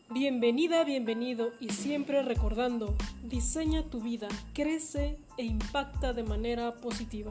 Bienvenida, bienvenido y siempre recordando, diseña tu vida, crece e impacta de manera positiva.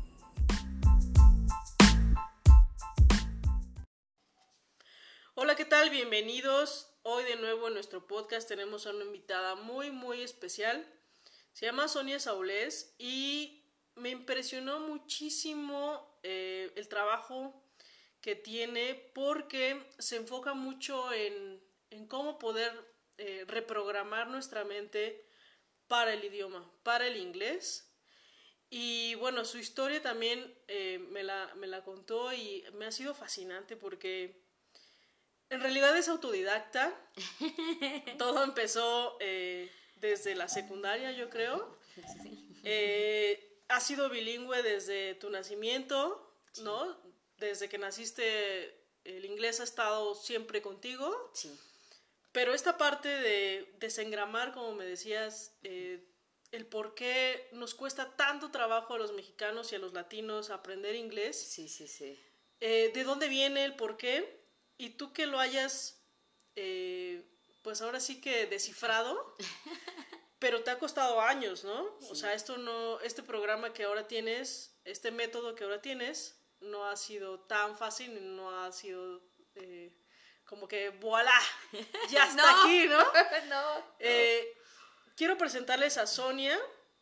Hola, ¿qué tal? Bienvenidos. Hoy de nuevo en nuestro podcast tenemos a una invitada muy especial. Se llama Sonia Saulés y me impresionó muchísimo el trabajo que tiene porque se enfoca mucho en cómo poder reprogramar nuestra mente para el idioma, para el inglés. Y bueno, su historia también me la contó y me ha sido fascinante porque en realidad es autodidacta. Todo empezó desde la secundaria, yo creo. Has sido bilingüe desde tu nacimiento, sí, ¿no? Desde que naciste, el inglés ha estado siempre contigo. Sí. Pero esta parte de desengramar, como me decías, el por qué nos cuesta tanto trabajo a los mexicanos y a los latinos aprender inglés. Sí. ¿De dónde viene el por qué? Y tú que lo hayas, pues ahora sí que descifrado, pero te ha costado años, ¿no? Sí. O sea, este programa que ahora tienes, este método que ahora tienes, no ha sido tan fácil, no ha sido como que voilà, ya está no, aquí, ¿no? No. Quiero presentarles a Sonia.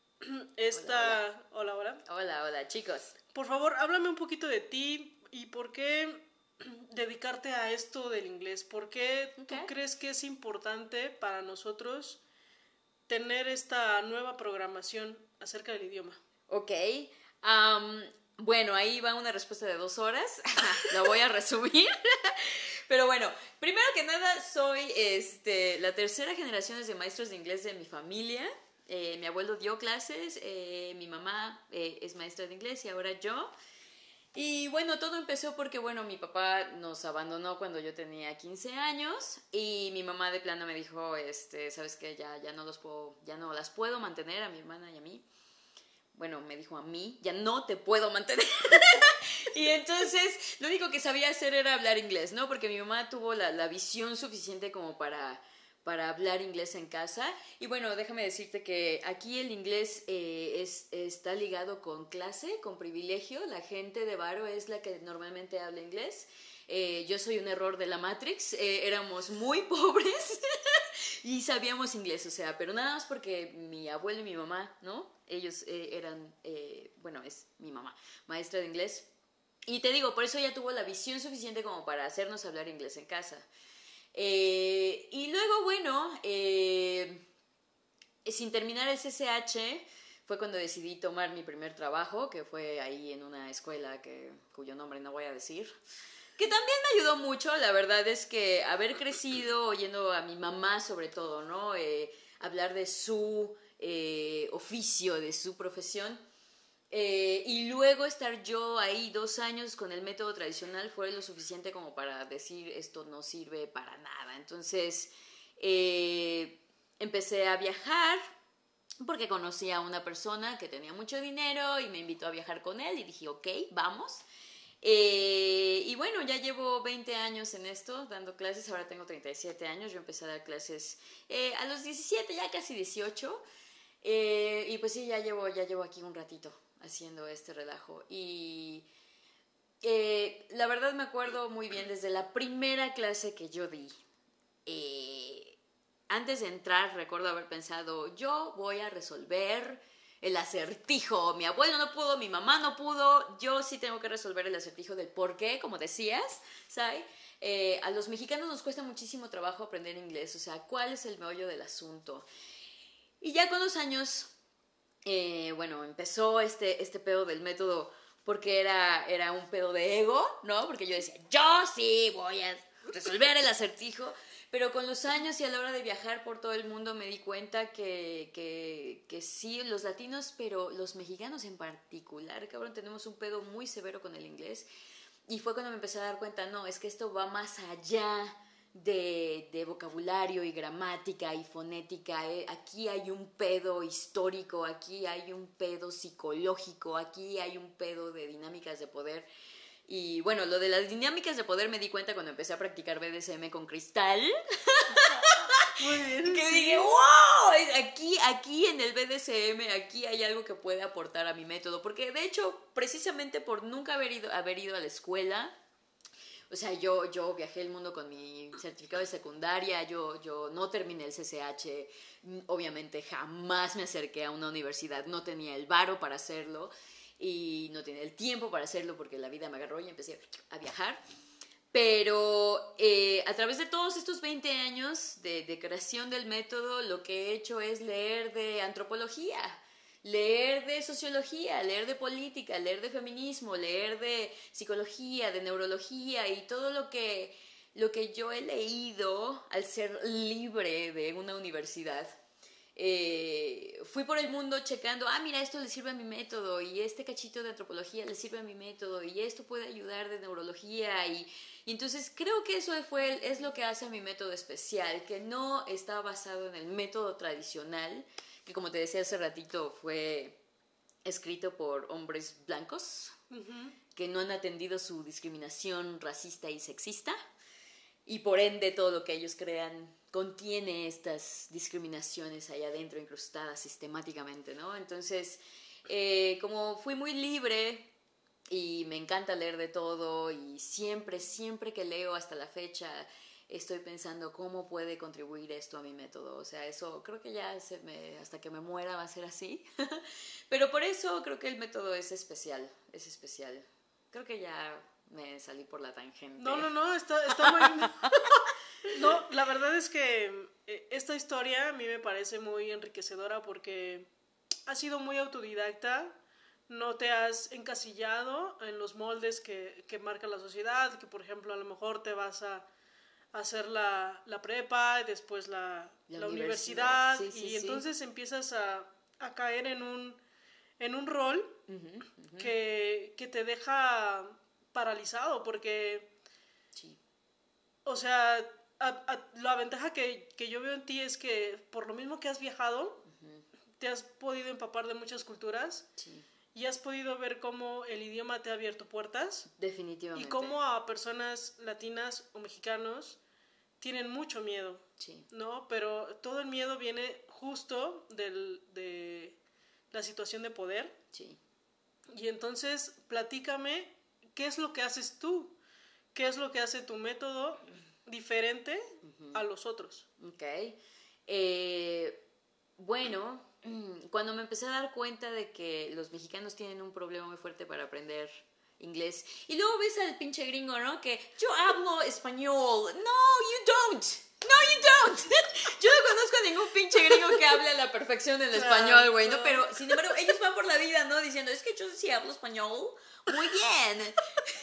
Hola, chicos. Por favor, háblame un poquito de ti y por qué dedicarte a esto del inglés. ¿Por qué tú crees que es importante para nosotros tener esta nueva programación acerca del idioma? Ok. Bueno, ahí va una respuesta de 2 horas. La voy a resumir. Pero bueno, primero que nada, soy la tercera generación de maestros de inglés de mi familia. Mi abuelo dio clases, mi mamá es maestra de inglés y ahora yo. Y bueno, todo empezó porque, mi papá nos abandonó cuando yo tenía 15 años y mi mamá de plano me dijo, ¿sabes qué? Ya no las puedo mantener a mi hermana y a mí. Bueno, me dijo a mí, ya no te puedo mantener. Y entonces, lo único que sabía hacer era hablar inglés, ¿no? Porque mi mamá tuvo la visión suficiente como para hablar inglés en casa. Y bueno, déjame decirte que aquí el inglés está ligado con clase, con privilegio. La gente de varo es la que normalmente habla inglés. Yo soy un error de la Matrix. Éramos muy pobres y sabíamos inglés, o sea, pero nada más porque mi abuelo y mi mamá, ¿no? Ellos eran, es mi mamá, maestra de inglés. Y te digo, por eso ella tuvo la visión suficiente como para hacernos hablar inglés en casa. Y luego, sin terminar el CCH, fue cuando decidí tomar mi primer trabajo, que fue ahí en una escuela cuyo nombre no voy a decir, que también me ayudó mucho. La verdad es que haber crecido oyendo a mi mamá sobre todo, ¿no? Hablar de su oficio, de su profesión, y luego estar yo ahí 2 años con el método tradicional fue lo suficiente como para decir esto no sirve para nada. Entonces empecé a viajar porque conocí a una persona que tenía mucho dinero y me invitó a viajar con él y dije ok, vamos. Y bueno, ya llevo 20 años en esto, dando clases. Ahora tengo 37 años, yo empecé a dar clases a los 17, ya casi 18. Y pues sí, ya llevo aquí un ratito haciendo este relajo. Y la verdad me acuerdo muy bien desde la primera clase que yo di. Antes de entrar recuerdo haber pensado, yo voy a resolver el acertijo. Mi abuelo no pudo, mi mamá no pudo, yo sí tengo que resolver el acertijo del por qué, como decías, ¿sabes? A los mexicanos nos cuesta muchísimo trabajo aprender inglés, o sea, ¿cuál es el meollo del asunto? Y ya con los años, empezó este pedo del método porque era un pedo de ego, ¿no? Porque yo decía, yo sí voy a resolver el acertijo. Pero con los años y a la hora de viajar por todo el mundo me di cuenta que sí, los latinos, pero los mexicanos en particular, cabrón, tenemos un pedo muy severo con el inglés. Y fue cuando me empecé a dar cuenta, no, es que esto va más allá de vocabulario y gramática y fonética. Aquí hay un pedo histórico, aquí hay un pedo psicológico, aquí hay un pedo de dinámicas de poder Y bueno, lo de las dinámicas de poder me di cuenta cuando empecé a practicar BDSM con Cristal. Muy bien. Que sí. dije, wow, aquí en el BDSM, aquí hay algo que puede aportar a mi método. Porque de hecho, precisamente por nunca haber ido a la escuela, o sea, yo viajé el mundo con mi certificado de secundaria, yo no terminé el CCH, obviamente jamás me acerqué a una universidad, no tenía el varo para hacerlo y no tenía el tiempo para hacerlo porque la vida me agarró y empecé a viajar. Pero a través de todos estos 20 años de creación del método, lo que he hecho es leer de antropología, leer de sociología, leer de política, leer de feminismo, leer de psicología, de neurología y todo lo que yo he leído al ser libre de una universidad. Fui por el mundo checando, mira, esto le sirve a mi método y este cachito de antropología le sirve a mi método y esto puede ayudar de neurología y entonces creo que eso es lo que hace a mi método especial, que no está basado en el método tradicional, que como te decía hace ratito fue escrito por hombres blancos que no han atendido su discriminación racista y sexista y por ende todo lo que ellos crean contiene estas discriminaciones ahí adentro incrustadas sistemáticamente, ¿no? Entonces, como fui muy libre y me encanta leer de todo y siempre que leo hasta la fecha estoy pensando cómo puede contribuir esto a mi método. O sea, eso creo que ya hasta que me muera va a ser así. Pero por eso creo que el método es especial, es especial. Creo que ya me salí por la tangente. No, está muy... No, la verdad es que esta historia a mí me parece muy enriquecedora porque has sido muy autodidacta, no te has encasillado en los moldes que marca la sociedad, que por ejemplo a lo mejor te vas a hacer la prepa y después la universidad sí, y entonces empiezas a caer en un rol que te deja paralizado porque, sí. o sea, la ventaja que yo veo en ti es que por lo mismo que has viajado, te has podido empapar de muchas culturas y has podido ver cómo el idioma te ha abierto puertas. Definitivamente. Y cómo a personas latinas o mexicanos tienen mucho miedo, ¿no? Pero todo el miedo viene justo de la situación de poder. Sí. Y entonces, platícame, ¿qué es lo que haces tú? ¿Qué es lo que hace tu método diferente a los otros? Ok. Bueno, cuando me empecé a dar cuenta de que los mexicanos tienen un problema muy fuerte para aprender inglés, y luego ves al pinche gringo, ¿no? Que yo hablo español. No, you don't. Yo no conozco a ningún pinche gringo que hable a la perfección el español, güey, ¿no? Pero, sin embargo, ellos van por la vida, ¿no? Diciendo, es que yo sí hablo español. Muy bien.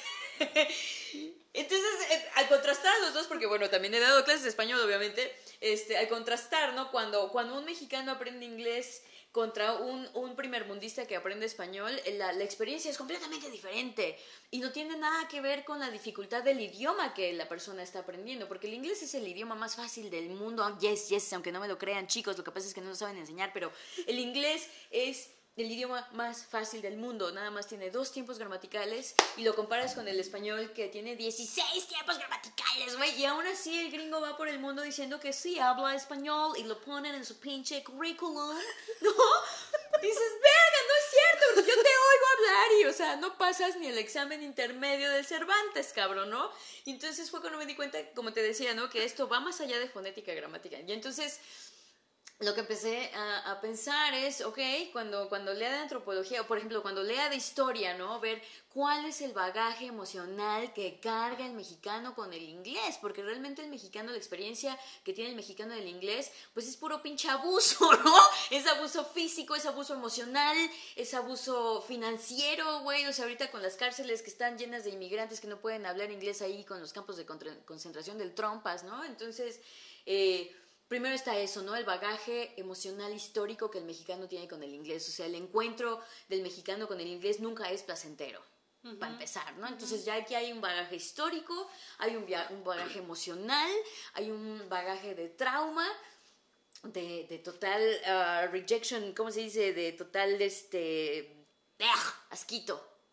Entonces, al contrastar a los dos, porque bueno, también he dado clases de español, obviamente, al contrastar, ¿no? Cuando un mexicano aprende inglés contra un primermundista que aprende español, la experiencia es completamente diferente y no tiene nada que ver con la dificultad del idioma que la persona está aprendiendo, porque el inglés es el idioma más fácil del mundo. Yes, aunque no me lo crean, chicos, lo que pasa es que no lo saben enseñar, pero el inglés es el idioma más fácil del mundo. Nada más tiene 2 tiempos gramaticales y lo comparas con el español que tiene 16 tiempos gramaticales, güey. Y aún así el gringo va por el mundo diciendo que sí habla español y lo ponen en su pinche currículum, ¿no? Dices, verga, no es cierto, yo te oigo hablar y, o sea, no pasas ni el examen intermedio del Cervantes, cabrón, ¿no? Y entonces fue cuando me di cuenta, como te decía, ¿no? Que esto va más allá de fonética y gramática. Y entonces lo que empecé a pensar es, ok, cuando lea de antropología, o por ejemplo, cuando lea de historia, ¿no? Ver cuál es el bagaje emocional que carga el mexicano con el inglés, porque realmente el mexicano, la experiencia que tiene el mexicano del inglés, pues es puro pinche abuso, ¿no? Es abuso físico, es abuso emocional, es abuso financiero, güey. O sea, ahorita con las cárceles que están llenas de inmigrantes que no pueden hablar inglés ahí, con los campos de concentración del Trompas, ¿no? Entonces, primero está eso, ¿no? El bagaje emocional histórico que el mexicano tiene con el inglés. O sea, el encuentro del mexicano con el inglés nunca es placentero, para empezar, ¿no? Entonces ya aquí hay un bagaje histórico, hay un bagaje emocional, hay un bagaje de trauma, de total rejection, ¿cómo se dice? De total, asquito,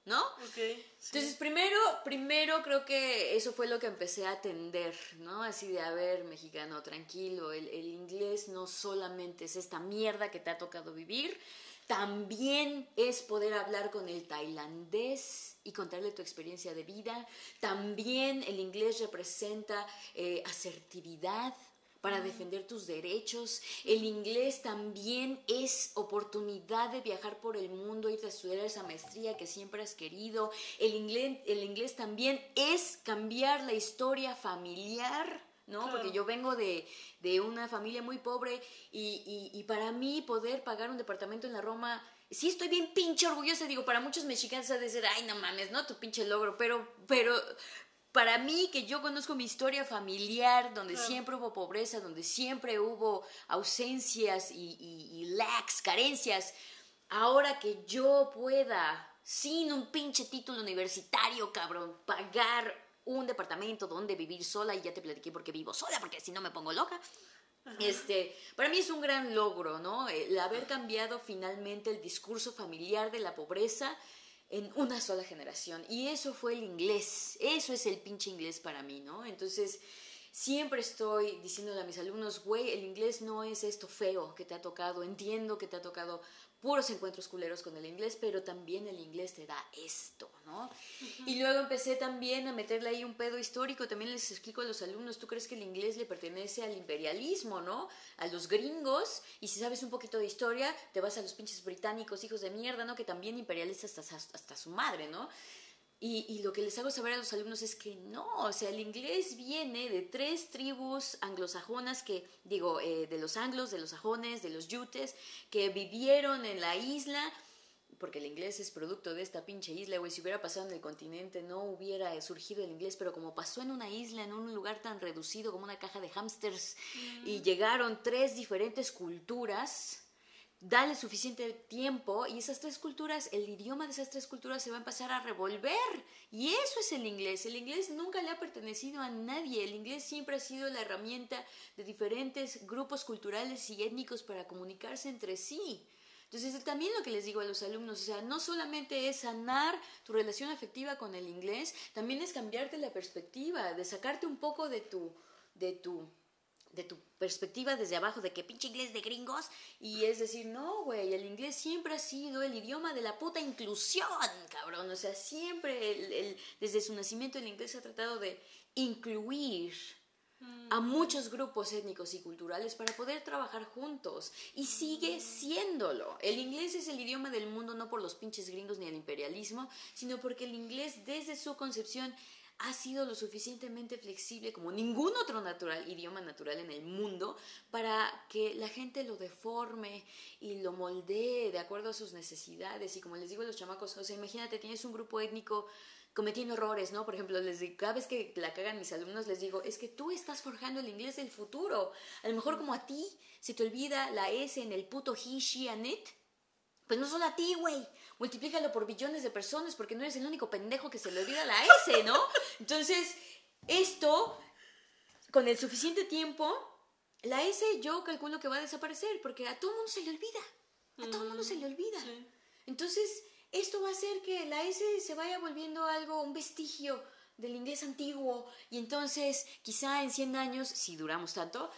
¿no? Ok, sí. Entonces, primero creo que eso fue lo que empecé a atender, ¿no? Así de, a ver, mexicano, tranquilo, el inglés no solamente es esta mierda que te ha tocado vivir, también es poder hablar con el tailandés y contarle tu experiencia de vida. También el inglés representa asertividad para defender tus derechos. El inglés también es oportunidad de viajar por el mundo, irte a estudiar esa maestría que siempre has querido. El inglés también es cambiar la historia familiar, ¿no? Claro. Porque yo vengo de una familia muy pobre y para mí poder pagar un departamento en la Roma, sí estoy bien pinche orgullosa, digo, para muchos mexicanos ha de decir, ay, no mames, ¿no? Tu pinche logro, pero para mí, que yo conozco mi historia familiar, donde siempre hubo pobreza, donde siempre hubo ausencias y lacks, carencias, ahora que yo pueda, sin un pinche título universitario, cabrón, pagar un departamento donde vivir sola, y ya te platiqué por qué vivo sola, porque si no me pongo loca. Para mí es un gran logro, ¿no? El haber cambiado finalmente el discurso familiar de la pobreza en una sola generación. Y eso fue el inglés. Eso es el pinche inglés para mí, ¿no? Entonces, siempre estoy diciéndole a mis alumnos, güey, el inglés no es esto feo que te ha tocado. Entiendo que te ha tocado puros encuentros culeros con el inglés, pero también el inglés te da esto, ¿no? Y luego empecé también a meterle ahí un pedo histórico. También les explico a los alumnos, ¿tú crees que el inglés le pertenece al imperialismo, ¿no? A los gringos, y si sabes un poquito de historia, te vas a los pinches británicos, hijos de mierda, ¿no? Que también imperialistas hasta su madre, ¿no? Y lo que les hago saber a los alumnos es que no, o sea, el inglés viene de 3 tribus anglosajonas que, de los anglos, de los sajones, de los yutes, que vivieron en la isla, porque el inglés es producto de esta pinche isla, güey. Si hubiera pasado en el continente no hubiera surgido el inglés, pero como pasó en una isla, en un lugar tan reducido como una caja de hámsters, y llegaron 3 diferentes culturas, dale suficiente tiempo y esas 3 culturas, el idioma de esas 3 culturas se va a empezar a revolver. Y eso es el inglés. El inglés nunca le ha pertenecido a nadie. El inglés siempre ha sido la herramienta de diferentes grupos culturales y étnicos para comunicarse entre sí. Entonces, también lo que les digo a los alumnos, o sea, no solamente es sanar tu relación afectiva con el inglés, también es cambiarte la perspectiva, de sacarte un poco de tu perspectiva desde abajo, de que pinche inglés de gringos, y es decir, no, güey, el inglés siempre ha sido el idioma de la puta inclusión, cabrón. O sea, siempre, desde su nacimiento, el inglés ha tratado de incluir a muchos grupos étnicos y culturales para poder trabajar juntos, y sigue siéndolo. El inglés es el idioma del mundo, no por los pinches gringos ni el imperialismo, sino porque el inglés, desde su concepción, ha sido lo suficientemente flexible como ningún otro idioma natural en el mundo, para que la gente lo deforme y lo moldee de acuerdo a sus necesidades. Y como les digo a los chamacos, o sea, imagínate, tienes un grupo étnico cometiendo errores, ¿no? Por ejemplo, cada vez que la cagan mis alumnos, les digo, es que tú estás forjando el inglés del futuro. A lo mejor como a ti se te olvida la S en el puto he, she and it, pues no solo a ti, güey. Multiplícalo por billones de personas, porque no eres el único pendejo que se le olvida la S, ¿no? Entonces, esto, con el suficiente tiempo, la S yo calculo que va a desaparecer, porque a todo mundo se le olvida. A todo mundo se le olvida. Sí. Entonces, esto va a hacer que la S se vaya volviendo algo, un vestigio del inglés antiguo. Y entonces, quizá en 100 años, si duramos tanto,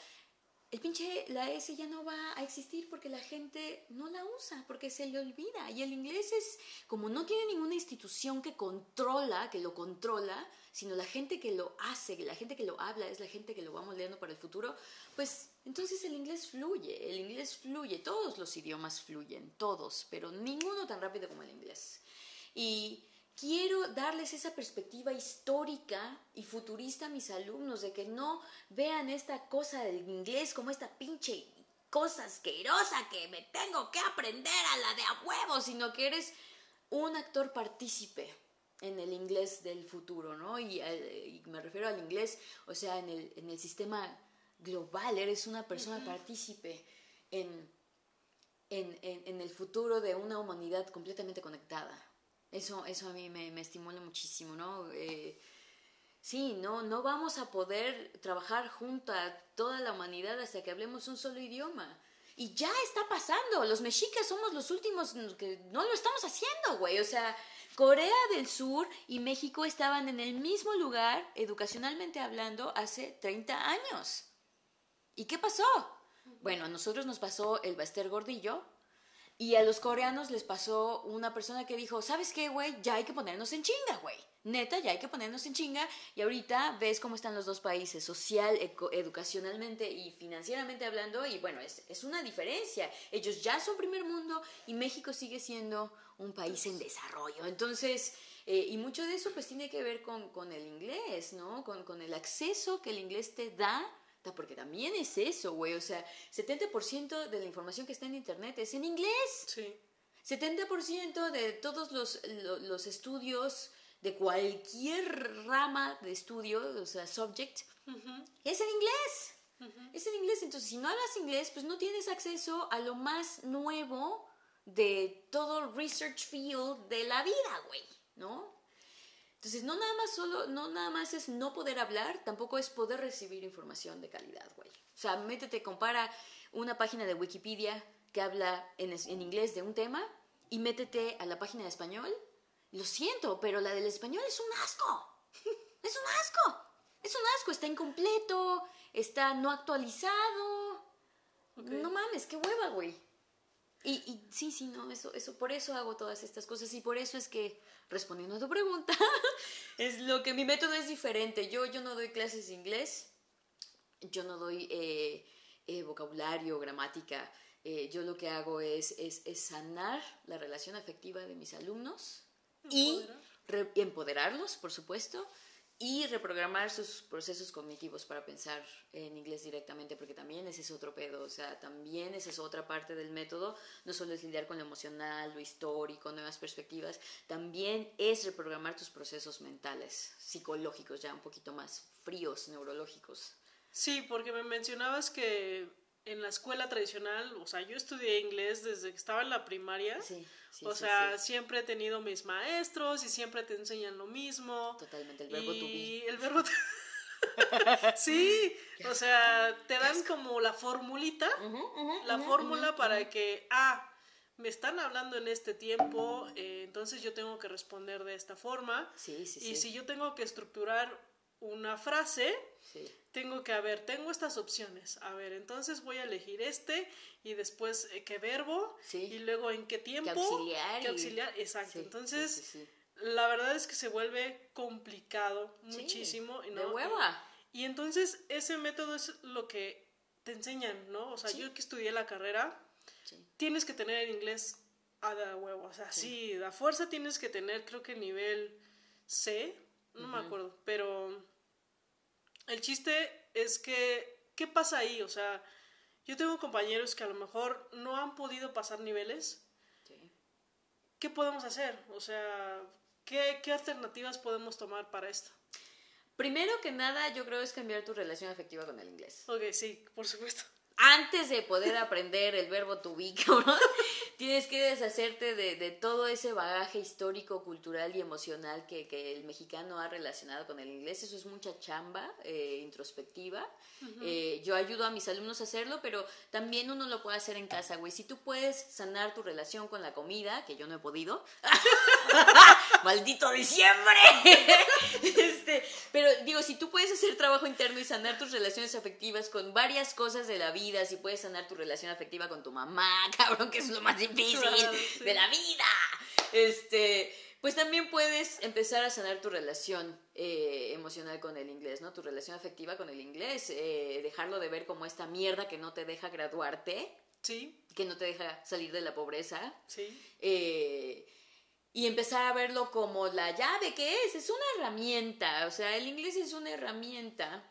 la S ya no va a existir porque la gente no la usa, porque se le olvida. Y el inglés es, como no tiene ninguna institución que lo controla, sino la gente que lo hace, la gente que lo habla, es la gente que lo va moldeando para el futuro, pues entonces el inglés fluye, todos los idiomas fluyen, todos, pero ninguno tan rápido como el inglés. Y quiero darles esa perspectiva histórica y futurista a mis alumnos, de que no vean esta cosa del inglés como esta pinche cosa asquerosa que me tengo que aprender a la de a huevo, sino que eres un actor partícipe en el inglés del futuro, ¿no? Y me refiero al inglés, o sea, en el sistema global, eres una persona partícipe en el futuro de una humanidad completamente conectada. Eso a mí me estimula muchísimo, ¿no? Sí, no vamos a poder trabajar junto a toda la humanidad hasta que hablemos un solo idioma. Y ya está pasando. Los mexicas somos los últimos que no lo estamos haciendo, güey. O sea, Corea del Sur y México estaban en el mismo lugar, educacionalmente hablando, hace 30 años. ¿Y qué pasó? Bueno, a nosotros nos pasó el Bester Gordillo y a los coreanos les pasó una persona que dijo, ¿sabes qué, güey? Ya hay que ponernos en chinga, güey. Neta, ya hay que ponernos en chinga. Y ahorita ves cómo están los dos países, social, educacionalmente y financieramente hablando. Y bueno, es una diferencia. Ellos ya son primer mundo y México sigue siendo un país en desarrollo. Entonces, y mucho de eso pues tiene que ver con el inglés, ¿no? Con el acceso que el inglés te da. Porque también es eso, güey. O sea, 70% de la información que está en internet es en inglés. Sí. 70% de todos los estudios de cualquier rama de estudio, o sea, subject, es en inglés. Es en inglés. Entonces, si no hablas inglés, pues no tienes acceso a lo más nuevo de todo el research field de la vida, güey, ¿no? Entonces, no nada más es no poder hablar, tampoco es poder recibir información de calidad, güey. O sea, métete, compara una página de Wikipedia que habla en inglés de un tema y métete a la página de español. Lo siento, pero la del español es un asco. Es un asco. Es un asco, está incompleto, está no actualizado. Okay. No mames, qué hueva, güey. Y sí, no, eso, por eso hago todas estas cosas y por eso es que, respondiendo a tu pregunta, es lo que mi método es diferente. Yo no doy clases de inglés, yo no doy vocabulario, gramática. Yo lo que hago es sanar la relación afectiva de mis alumnos y empoderarlos, por supuesto, y reprogramar sus procesos cognitivos para pensar en inglés directamente, porque también ese es otro pedo, o sea, también esa es otra parte del método, no solo es lidiar con lo emocional, lo histórico, nuevas perspectivas, también es reprogramar tus procesos mentales, psicológicos, ya un poquito más fríos, neurológicos. Sí, porque me mencionabas que en la escuela tradicional, o sea, yo estudié inglés desde que estaba en la primaria. Sí. O sea, siempre he tenido mis maestros y siempre te enseñan lo mismo. Totalmente, el verbo to be. Y el verbo sí, o sea, te dan como la formulita, la fórmula para que, me están hablando en este tiempo, entonces yo tengo que responder de esta forma. Sí. Si yo tengo que estructurar una frase, tengo estas opciones. A ver, entonces voy a elegir y después qué verbo y luego en qué tiempo. Qué auxiliar. Exacto. Entonces, la verdad es que se vuelve complicado muchísimo. De hueva. Y entonces ese método es lo que te enseñan, ¿no? O sea, yo que estudié la carrera, tienes que tener el inglés a de huevo. O sea, a fuerza tienes que tener, creo que nivel C, no me acuerdo, pero el chiste es que, ¿qué pasa ahí? O sea, yo tengo compañeros que a lo mejor no han podido pasar niveles. ¿Qué podemos hacer? O sea, ¿qué alternativas podemos tomar para esto? Primero que nada, yo creo es cambiar tu relación afectiva con el inglés. Ok, sí, por supuesto. Antes de poder aprender el verbo to be, cabrón, tienes que deshacerte de todo ese bagaje histórico, cultural y emocional que el mexicano ha relacionado con el inglés. Eso es mucha chamba introspectiva. Yo ayudo a mis alumnos a hacerlo, pero también uno lo puede hacer en casa, güey. Si tú puedes sanar tu relación con la comida, que yo no he podido. ¡Maldito diciembre! Pero digo, si tú puedes hacer trabajo interno y sanar tus relaciones afectivas con varias cosas de la vida, si puedes sanar tu relación afectiva con tu mamá, cabrón, que es lo más difícil de la vida, pues también puedes empezar a sanar tu relación emocional con el inglés, ¿no? Tu relación afectiva con el inglés, dejarlo de ver como esta mierda que no te deja graduarte, que no te deja salir de la pobreza, y empezar a verlo como la llave que es una herramienta, o sea, el inglés es una herramienta,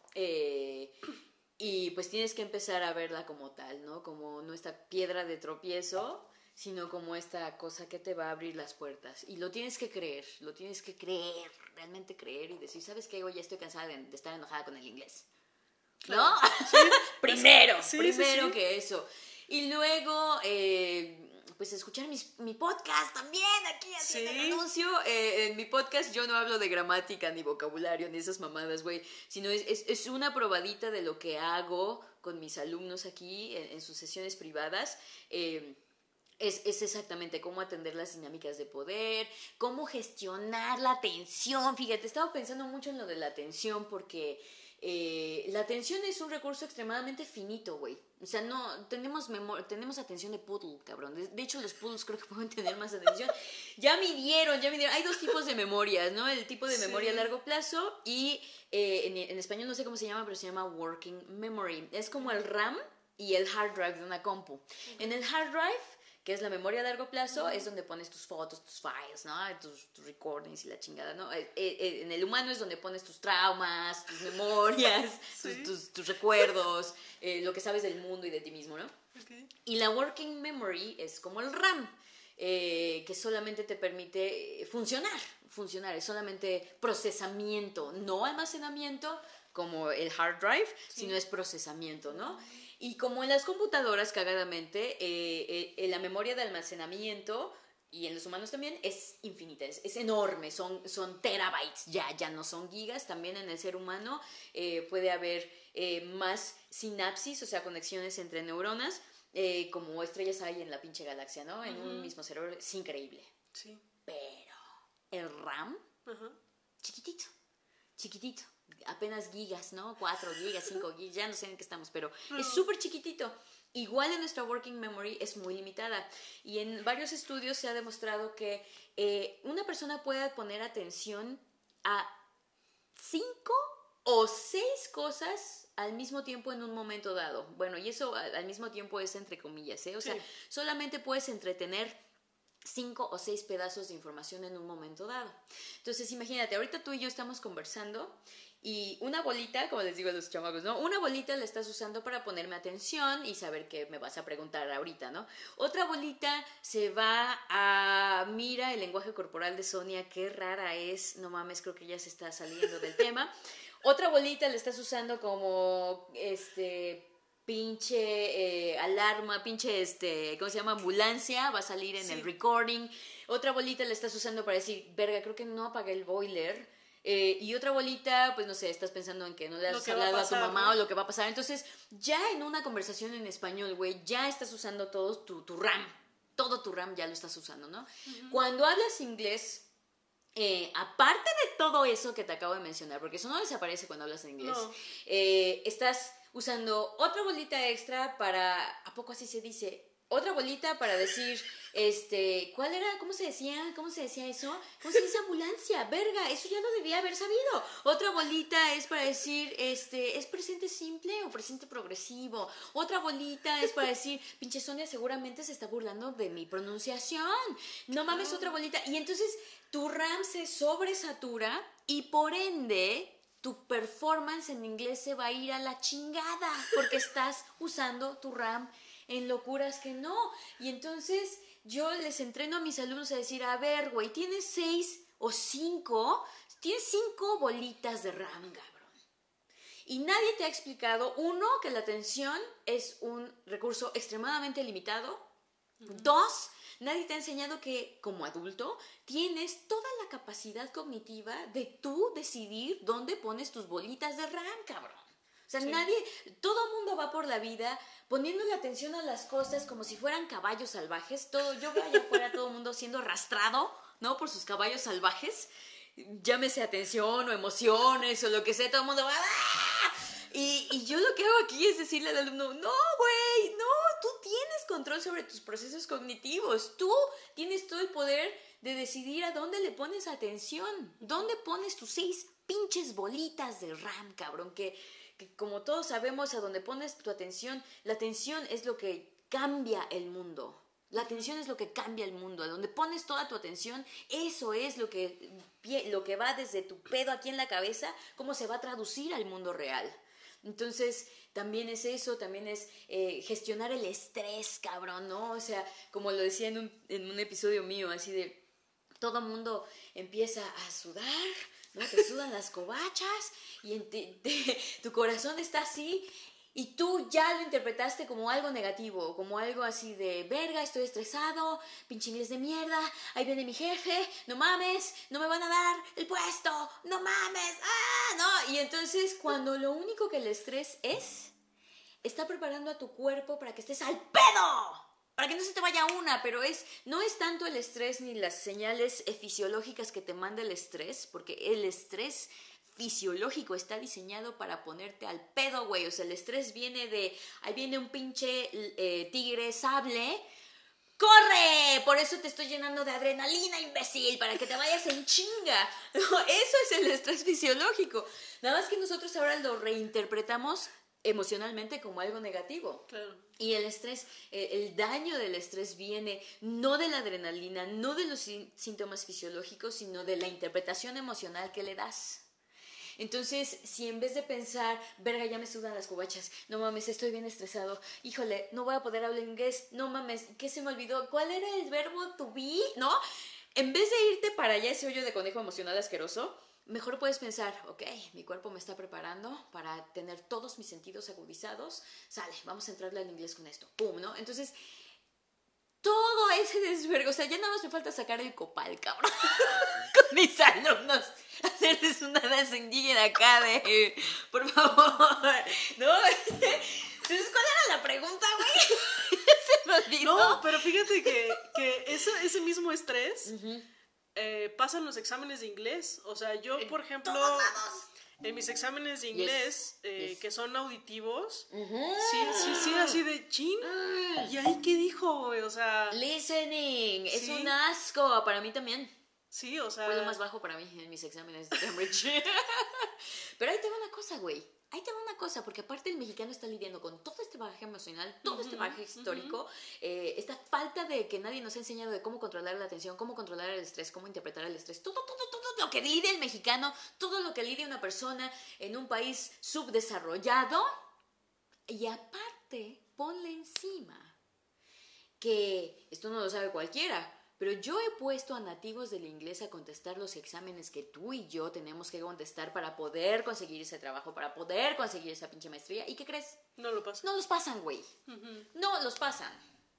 y pues tienes que empezar a verla como tal, ¿no? Como no esta piedra de tropiezo, sino como esta cosa que te va a abrir las puertas. Y lo tienes que creer, realmente creer y decir, ¿sabes qué? Hoy ya estoy cansada de estar enojada con el inglés. Claro. ¿No? Sí, primero que eso. Y luego, pues escuchar mi podcast también, aquí haciendo el anuncio. En mi podcast yo no hablo de gramática, ni vocabulario, ni esas mamadas, güey, sino es una probadita de lo que hago con mis alumnos aquí en sus sesiones privadas. Es exactamente cómo atender las dinámicas de poder, cómo gestionar la atención. Fíjate, estaba pensando mucho en lo de la atención porque la atención es un recurso extremadamente finito, güey. O sea, no tenemos atención de poodle, cabrón. De hecho, los poodles creo que pueden tener más atención. Ya midieron. Hay dos tipos de memorias, ¿no? El tipo de memoria a largo plazo y en español no sé cómo se llama, pero se llama working memory. Es como el RAM y el hard drive de una compu. En el hard drive, que es la memoria a largo plazo, es donde pones tus fotos, tus files, ¿no? Tus recordings y la chingada, ¿no? En el humano es donde pones tus traumas, tus memorias, ¿sí? tus recuerdos, lo que sabes del mundo y de ti mismo, ¿no? Okay. Y la working memory es como el RAM, que solamente te permite funcionar, es solamente procesamiento, no almacenamiento como el hard drive, sí, sino es procesamiento, ¿no? Y como en las computadoras, cagadamente, la memoria de almacenamiento, y en los humanos también, es infinita, es enorme, son terabytes, ya no son gigas. También en el ser humano puede haber más sinapsis, o sea, conexiones entre neuronas, como estrellas hay en la pinche galaxia, ¿no? En un mismo cerebro, es increíble. Sí. Pero el RAM, chiquitito. Apenas gigas, ¿no? 4 gigas, 5 gigas, ya no sé en qué estamos, pero es súper chiquitito. Igual en nuestra working memory es muy limitada. Y en varios estudios se ha demostrado que una persona puede poner atención a 5 o 6 cosas al mismo tiempo en un momento dado. Bueno, y eso al mismo tiempo es entre comillas, ¿eh? O sea, solamente puedes entretener 5 o 6 pedazos de información en un momento dado. Entonces, imagínate, ahorita tú y yo estamos conversando y una bolita, como les digo a los chamacos, ¿no? Una bolita la estás usando para ponerme atención y saber qué me vas a preguntar ahorita, ¿no? Otra bolita se va a... Mira el lenguaje corporal de Sonia, qué rara es. No mames, creo que ya se está saliendo del tema. Otra bolita la estás usando como, pinche alarma, pinche, ¿cómo se llama? Ambulancia, va a salir en el recording. Otra bolita la estás usando para decir, verga, creo que no apagué el boiler. Y otra bolita, pues no sé, estás pensando en que no le has hablado a tu mamá, ¿no? O lo que va a pasar. Entonces, ya en una conversación en español, güey, ya estás usando todo tu RAM. Todo tu RAM ya lo estás usando, ¿no? Cuando hablas inglés, aparte de todo eso que te acabo de mencionar, porque eso no desaparece cuando hablas en inglés, estás usando otra bolita extra para, ¿a poco así se dice? Otra bolita para decir, ¿cuál era? ¿Cómo se decía eso? ¿Cómo se dice ambulancia? Verga, eso ya lo debía haber sabido. Otra bolita es para decir, ¿es presente simple o presente progresivo? Otra bolita es para decir, pinche Sonia seguramente se está burlando de mi pronunciación. No mames, otra bolita. Y entonces tu RAM se sobresatura y por ende tu performance en inglés se va a ir a la chingada porque estás usando tu RAM en locuras que no. Y entonces yo les entreno a mis alumnos a decir, a ver, güey, tienes 6 o 5, tienes 5 bolitas de RAM, cabrón. Y nadie te ha explicado, 1, que la atención es un recurso extremadamente limitado. 2, nadie te ha enseñado que como adulto tienes toda la capacidad cognitiva de tú decidir dónde pones tus bolitas de RAM, cabrón. O sea, todo mundo va por la vida poniéndole atención a las cosas como si fueran caballos salvajes. Yo veo allá afuera todo el mundo siendo arrastrado, ¿no? Por sus caballos salvajes. Llámese atención o emociones o lo que sea, todo el mundo va... ¡Ah! Y yo lo que hago aquí es decirle al alumno, no, güey, no, tú tienes control sobre tus procesos cognitivos. Tú tienes todo el poder de decidir a dónde le pones atención. ¿Dónde pones tus 6 pinches bolitas de RAM, cabrón? Que como todos sabemos, a donde pones tu atención, la atención es lo que cambia el mundo. La atención es lo que cambia el mundo. A donde pones toda tu atención, eso es lo que va desde tu pedo aquí en la cabeza, cómo se va a traducir al mundo real. Entonces, también es eso, también es gestionar el estrés, cabrón, ¿no? O sea, como lo decía en un episodio mío, así de, todo el mundo empieza a sudar, ¿no? Te sudan las covachas y tu corazón está así y tú ya lo interpretaste como algo negativo, como algo así de verga, estoy estresado, pinche inglés de mierda, ahí viene mi jefe, no mames, no me van a dar el puesto, no mames, no. Y entonces cuando lo único que el estrés está preparando a tu cuerpo para que estés al pedo. para que no se te vaya una, pero no es tanto el estrés ni las señales fisiológicas que te manda el estrés, porque el estrés fisiológico está diseñado para ponerte al pedo, güey. O sea, el estrés viene de, ahí viene un pinche tigre sable, ¡corre! Por eso te estoy llenando de adrenalina, imbécil, para que te vayas en chinga. No, eso es el estrés fisiológico. Nada más que nosotros ahora lo reinterpretamos emocionalmente como algo negativo. Claro. Y el estrés, el daño del estrés viene no de la adrenalina, no de los síntomas fisiológicos, sino de la interpretación emocional que le das. Entonces, si en vez de pensar, verga, ya me sudan las covachas, no mames, estoy bien estresado, híjole, no voy a poder hablar inglés, no mames, ¿qué se me olvidó? ¿Cuál era el verbo to be? ¿No? En vez de irte para allá ese hoyo de conejo emocional asqueroso, mejor puedes pensar, ok, mi cuerpo me está preparando para tener todos mis sentidos agudizados, sale, vamos a entrarle al inglés con esto, pum, ¿no? Entonces, todo ese desvergo, o sea, ya nada más me falta sacar el copal, cabrón, con mis alumnos, hacerles una de acá de, por favor, ¿no? Entonces, ¿cuál era la pregunta, güey? Se me olvidó. No, pero fíjate que ese mismo estrés pasa en los exámenes de inglés. O sea, yo, por ejemplo, en mis exámenes de inglés, que son auditivos, sí, así de chin. ¿Y ahí qué dijo, güey? O sea... Listening, es un asco, para mí también. Sí, o sea... Fue lo más bajo para mí en mis exámenes de Cambridge. Pero ahí te va una cosa, güey. Ahí te va una cosa, porque aparte el mexicano está lidiando con todo este bagaje emocional, todo este bagaje histórico, esta falta de que nadie nos ha enseñado de cómo controlar la atención, cómo controlar el estrés, cómo interpretar el estrés, todo lo que lidia el mexicano, todo lo que lidia una persona en un país subdesarrollado. Y aparte, ponle encima que esto no lo sabe cualquiera, pero yo he puesto a nativos del inglés a contestar los exámenes que tú y yo tenemos que contestar para poder conseguir ese trabajo, para poder conseguir esa pinche maestría. ¿Y qué crees? No lo pasan. No los pasan, güey. No los pasan.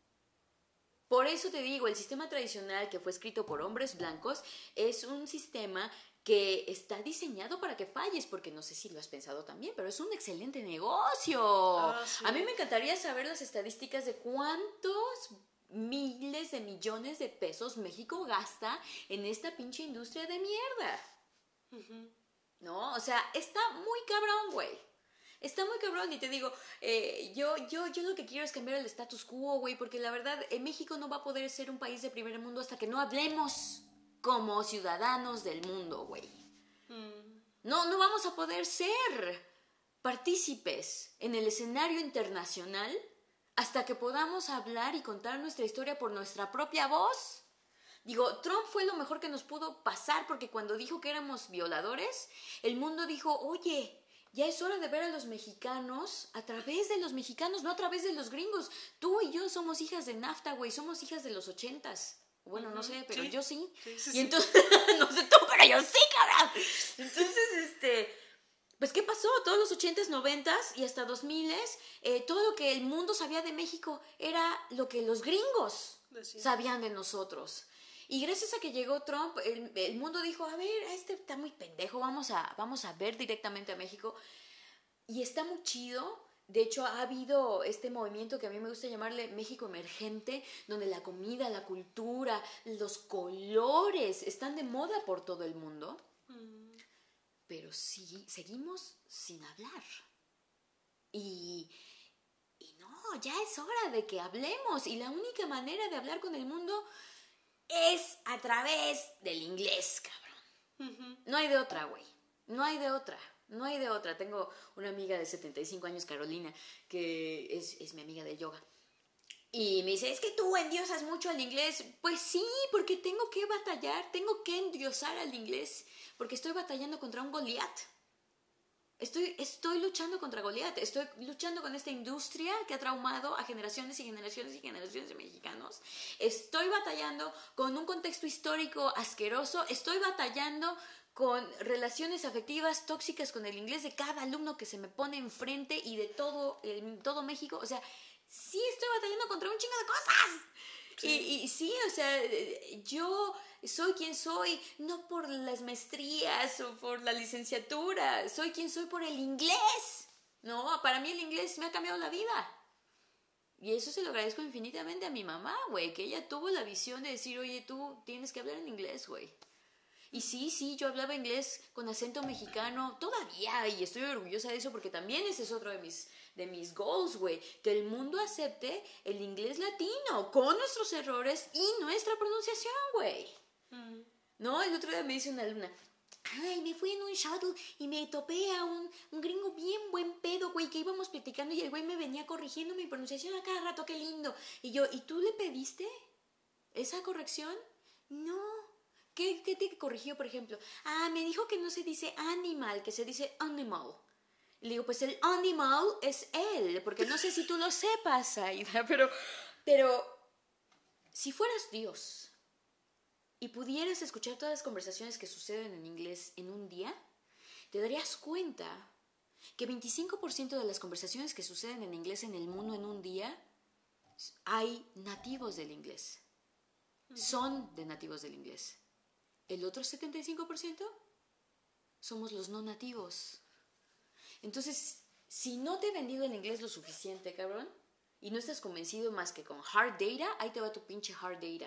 Por eso te digo, el sistema tradicional que fue escrito por hombres blancos es un sistema que está diseñado para que falles, porque no sé si lo has pensado también, pero es un excelente negocio. Sí. A mí me encantaría saber las estadísticas de cuántos miles de millones de pesos México gasta en esta pinche industria de mierda. ¿No? O sea, está muy cabrón, güey. Está muy cabrón y te digo, yo lo que quiero es cambiar el status quo, güey, porque la verdad, México no va a poder ser un país de primer mundo hasta que no hablemos como ciudadanos del mundo, güey. No vamos a poder ser partícipes en el escenario internacional hasta que podamos hablar y contar nuestra historia por nuestra propia voz. Digo, Trump fue lo mejor que nos pudo pasar porque cuando dijo que éramos violadores, el mundo dijo, oye, ya es hora de ver a los mexicanos a través de los mexicanos, no a través de los gringos. Tú y yo somos hijas de NAFTA, güey, somos hijas de los 80s. Bueno, no sé, pero yo sí. Y entonces, no sé tú, pero yo sí, cabrón. Entonces, pues, ¿qué pasó? Todos los 80s, 90s y hasta 2000s, todo lo que el mundo sabía de México era lo que los gringos sabían de nosotros. Y gracias a que llegó Trump, el mundo dijo, a ver, este está muy pendejo, vamos a ver directamente a México. Y está muy chido. De hecho, ha habido este movimiento que a mí me gusta llamarle México emergente, donde la comida, la cultura, los colores están de moda por todo el mundo. Pero sí, seguimos sin hablar. Y no, ya es hora de que hablemos. Y la única manera de hablar con el mundo es a través del inglés, cabrón. No hay de otra, güey. No hay de otra. Tengo una amiga de 75 años, Carolina, que es mi amiga de yoga. Y me dice, es que tú endiosas mucho al inglés. Pues sí, porque tengo que batallar, tengo que endiosar al inglés, porque estoy batallando contra un Goliat. Estoy luchando contra Goliat, estoy luchando con esta industria que ha traumado a generaciones y generaciones y generaciones de mexicanos. Estoy batallando con un contexto histórico asqueroso, estoy batallando con relaciones afectivas tóxicas con el inglés de cada alumno que se me pone enfrente y de todo México. O sea, sí estoy batallando contra un chingo de cosas. Sí. Y sí, o sea, yo soy quien soy, no por las maestrías o por la licenciatura, soy quien soy por el inglés, ¿no? Para mí el inglés me ha cambiado la vida. Y eso se lo agradezco infinitamente a mi mamá, güey, que ella tuvo la visión de decir, oye, tú tienes que hablar en inglés, güey. Y sí, yo hablaba inglés con acento mexicano todavía, y estoy orgullosa de eso porque también ese es otro de mis goals, güey. Que el mundo acepte el inglés latino con nuestros errores y nuestra pronunciación, güey. No, el otro día me dice una alumna, ay, me fui en un shuttle y me topé a un gringo bien buen pedo, güey, que íbamos platicando y el güey me venía corrigiendo mi pronunciación a cada rato, qué lindo. Y yo, ¿y tú le pediste esa corrección? No. ¿Qué te corrigió, por ejemplo? Ah, me dijo que no se dice animal, que se dice animal. Y le digo, pues el animal es él, porque no sé si tú lo sepas, Aida, pero si fueras Dios y pudieras escuchar todas las conversaciones que suceden en inglés en un día, te darías cuenta que 25% de las conversaciones que suceden en inglés en el mundo en un día hay nativos del inglés. Son de nativos del inglés. El otro 75% somos los no nativos. Entonces, si no te he vendido el inglés lo suficiente, cabrón, y no estás convencido más que con hard data, ahí te va tu pinche hard data.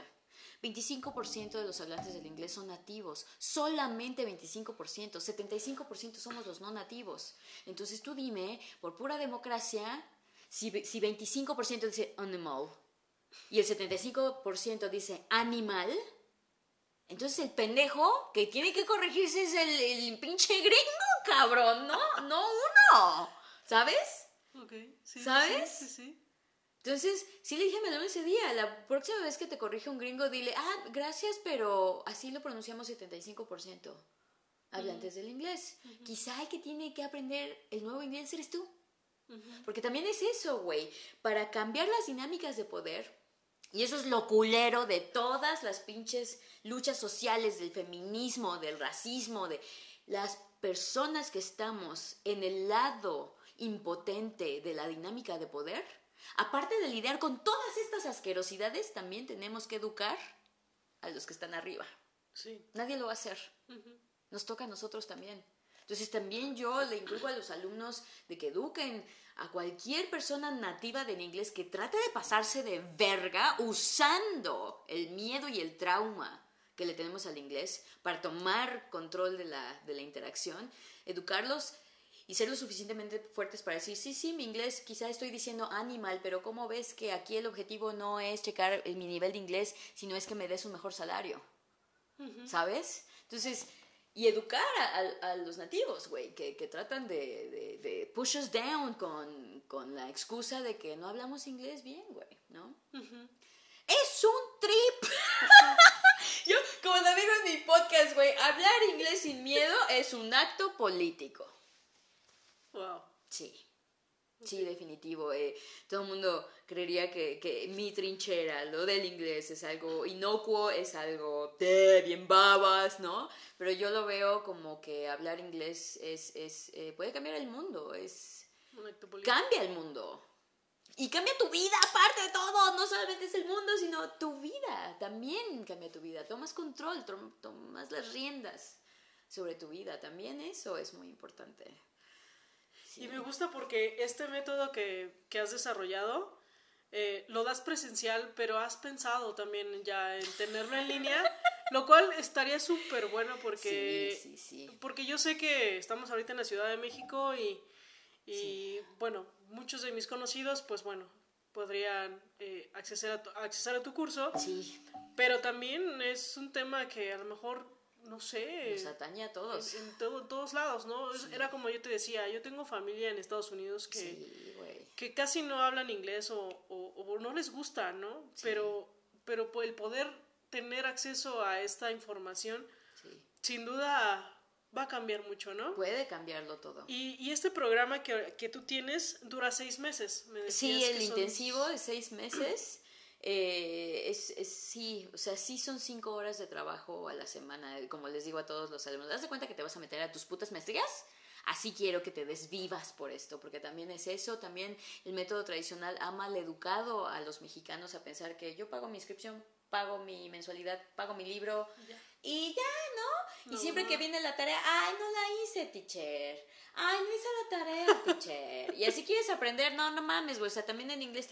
25% de los hablantes del inglés son nativos. Solamente 25%. 75% somos los no nativos. Entonces tú dime, por pura democracia, si 25% dice animal y el 75% dice animal, entonces el pendejo que tiene que corregirse es el pinche gringo, cabrón, no uno, ¿sabes? Okay, sí, ¿sabes? Sí. Entonces, sí le dije a mi alumno ese día, la próxima vez que te corrige un gringo, dile, gracias, pero así lo pronunciamos 75% hablantes del inglés. Quizá el que tiene que aprender el nuevo inglés eres tú. Porque también es eso, güey, para cambiar las dinámicas de poder. Y eso es lo culero de todas las pinches luchas sociales, del feminismo, del racismo, de las personas que estamos en el lado impotente de la dinámica de poder. Aparte de lidiar con todas estas asquerosidades, también tenemos que educar a los que están arriba. Sí. Nadie lo va a hacer. Nos toca a nosotros también. Entonces también yo le inculco a los alumnos de que eduquen a cualquier persona nativa del inglés que trate de pasarse de verga usando el miedo y el trauma que le tenemos al inglés para tomar control de la interacción, educarlos y ser lo suficientemente fuertes para decir, sí, mi inglés, quizá estoy diciendo animal, pero ¿cómo ves que aquí el objetivo no es checar mi nivel de inglés, sino es que me des un mejor salario? ¿Sabes? Entonces, y educar a los nativos, güey, que tratan de push us down con la excusa de que no hablamos inglés bien, güey, ¿no? ¡Es un trip! Yo, como lo digo en mi podcast, güey, hablar inglés sin miedo es un acto político. Wow. Sí, definitivo. Todo el mundo creería que mi trinchera, lo del inglés, es algo inocuo, es algo de bien babas, ¿no? Pero yo lo veo como que hablar inglés puede cambiar el mundo, cambia el mundo. Y cambia tu vida, aparte de todo. No solamente es el mundo, sino tu vida. También cambia tu vida. Tomas control, tomas las riendas sobre tu vida. También eso es muy importante. Sí. Y me gusta porque este método que has desarrollado lo das presencial, pero has pensado también ya en tenerlo en línea, lo cual estaría súper bueno porque, sí. Porque yo sé que estamos ahorita en la Ciudad de México y bueno, muchos de mis conocidos, pues bueno, podrían acceder a tu curso. Sí. Pero también es un tema que a lo mejor, no sé, nos atañe a todos. En todos lados, ¿no? Sí. Era como yo te decía, yo tengo familia en Estados Unidos que casi no hablan inglés o no les gusta, ¿no? Sí. Pero el poder tener acceso a esta información, sin duda va a cambiar mucho, ¿no? Puede cambiarlo todo. Y este programa que tú tienes dura 6 meses, me decías. Sí, el intensivo de 6 meses. Sí, o sea, sí son 5 horas de trabajo a la semana, como les digo a todos los alumnos. ¿Te das cuenta que te vas a meter a tus putas maestrías? Así quiero que te desvivas por esto, porque también es eso, también el método tradicional ha mal educado a los mexicanos a pensar que yo pago mi inscripción, pago mi mensualidad, pago mi libro y ya, ¿no? Y siempre que viene la tarea, ay, no la hice, teacher. Ay, no hice la tarea, teacher. Y así quieres aprender, no mames, güey. O sea, también en inglés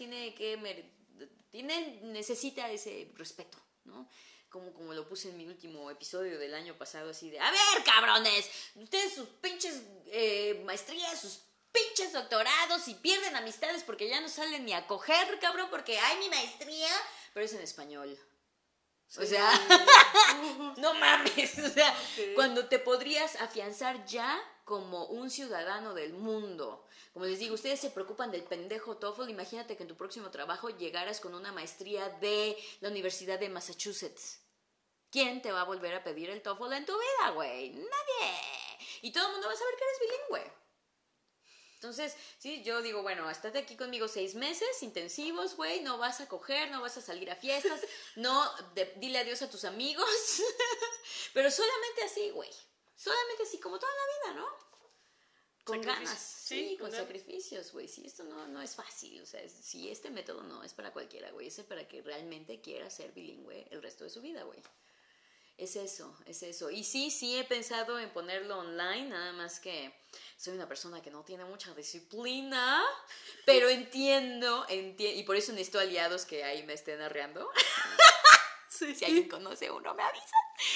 necesita ese respeto, ¿no? Como lo puse en mi último episodio del año pasado, así de, a ver, cabrones, ustedes sus pinches maestrías, sus pinches doctorados y pierden amistades porque ya no salen ni a coger, cabrón, porque hay mi maestría, pero es en español. Sí. O sea, no mames, o sea, cuando te podrías afianzar ya como un ciudadano del mundo. Como les digo, ustedes se preocupan del pendejo TOEFL, imagínate que en tu próximo trabajo llegaras con una maestría de la Universidad de Massachusetts. ¿Quién te va a volver a pedir el TOEFL en tu vida, güey? Nadie. Y todo el mundo va a saber que eres bilingüe. Entonces, sí, yo digo, bueno, estate aquí conmigo 6 meses intensivos, güey, no vas a coger, no vas a salir a fiestas, dile adiós a tus amigos, pero solamente así, güey, solamente así, como toda la vida, ¿no? Con ganas, sí, con sacrificios, güey, sí, esto no es fácil, o sea, sí, este método no es para cualquiera, güey, es para que realmente quiera ser bilingüe el resto de su vida, güey. Es eso. Y sí he pensado en ponerlo online, nada más que soy una persona que no tiene mucha disciplina, pero entiendo, y por eso necesito aliados que ahí me estén arreando. Sí. Si alguien conoce uno, me avisa.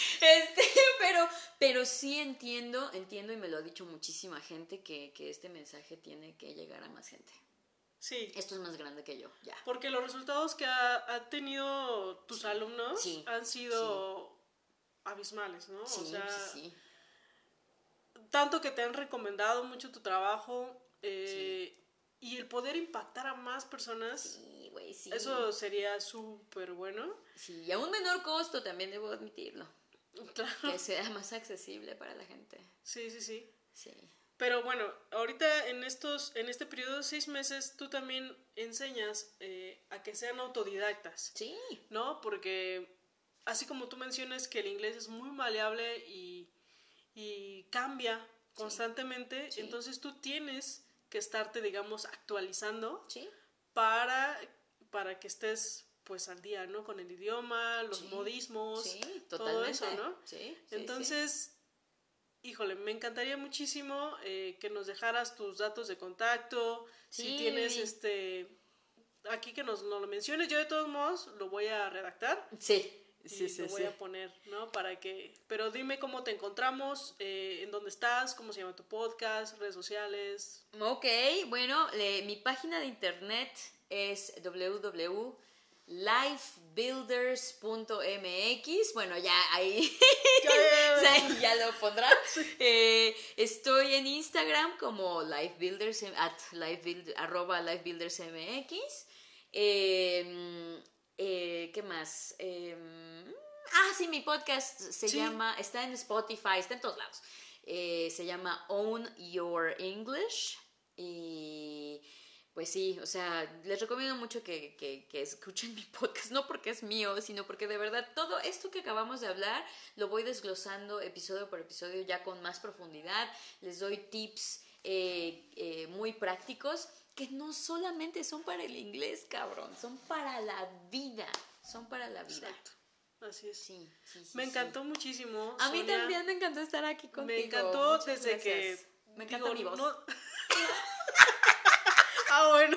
Pero sí entiendo y me lo ha dicho muchísima gente que este mensaje tiene que llegar a más gente. Sí. Esto es más grande que yo, ya. Porque los resultados que ha tenido tus alumnos han sido abismales, ¿no? Sí, o sea, sí. Tanto que te han recomendado mucho tu trabajo y el poder impactar a más personas. Sí, güey, sí. Eso sería súper bueno. Sí, y a un menor costo también debo admitirlo. Claro. Que sea más accesible para la gente. Sí. Sí. Pero bueno, ahorita en este periodo de 6 meses tú también enseñas a que sean autodidactas. Sí. ¿No? Porque así como tú mencionas que el inglés es muy maleable y cambia constantemente, entonces tú tienes que estarte, digamos, actualizando para que estés pues al día, ¿no? Con el idioma, los modismos, todo eso, ¿no? Entonces, híjole, me encantaría muchísimo que nos dejaras tus datos de contacto, si tienes aquí que nos lo menciones, yo de todos modos lo voy a redactar. Sí. Lo voy a poner, ¿no? Pero dime cómo te encontramos, en dónde estás, cómo se llama tu podcast, redes sociales. Ok, bueno, mi página de internet es www.lifebuilders.mx. Bueno, ya ahí ya lo pondrán. Estoy en Instagram como lifebuilders, @lifebuildersmx. ¿Qué más? Sí, mi podcast está en Spotify, está en todos lados. Se llama Own Your English. Y pues sí, o sea, les recomiendo mucho que escuchen mi podcast, no porque es mío, sino porque de verdad todo esto que acabamos de hablar lo voy desglosando episodio por episodio ya con más profundidad. Les doy tips muy prácticos que no solamente son para el inglés, cabrón, son para la vida. Exacto. Así es. Sí, me encantó muchísimo. A mí también me encantó estar aquí contigo. Me encantó. Muchas desde gracias. que... Me encanta mi voz. Bueno.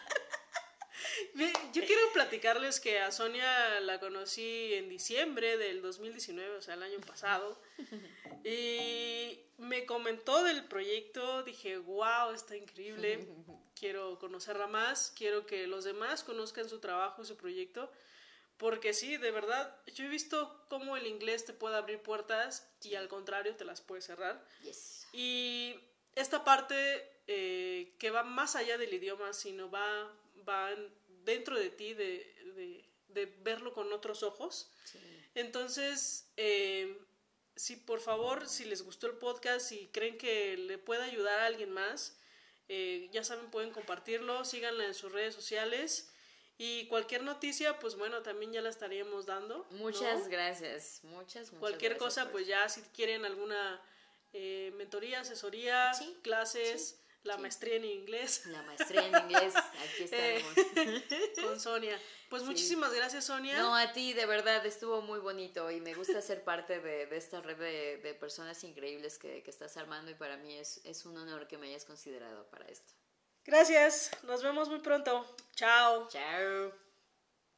Yo quiero platicarles que a Sonia la conocí en diciembre del 2019, o sea, el año pasado. Y me comentó del proyecto, dije, wow, está increíble. Quiero conocerla más, quiero que los demás conozcan su trabajo, su proyecto. Porque sí, de verdad, yo he visto cómo el inglés te puede abrir puertas y al contrario te las puede cerrar. Yes. Y esta parte que va más allá del idioma, sino va dentro de ti, de verlo con otros ojos. Sí. Entonces, por favor, si les gustó el podcast, si creen que le puede ayudar a alguien más, ya saben, pueden compartirlo, síganla en sus redes sociales. Y cualquier noticia, pues bueno, también ya la estaríamos dando. Muchas gracias, muchas cualquier gracias cosa, pues ya si quieren alguna mentoría, asesoría, clases, la maestría en inglés. La maestría en inglés, aquí estamos. Con Sonia. Pues Sí. Muchísimas gracias, Sonia. No, a ti, de verdad, estuvo muy bonito y me gusta ser parte de esta red de personas increíbles que estás armando y para mí es un honor que me hayas considerado para esto. Gracias, nos vemos muy pronto. Chao. Chao.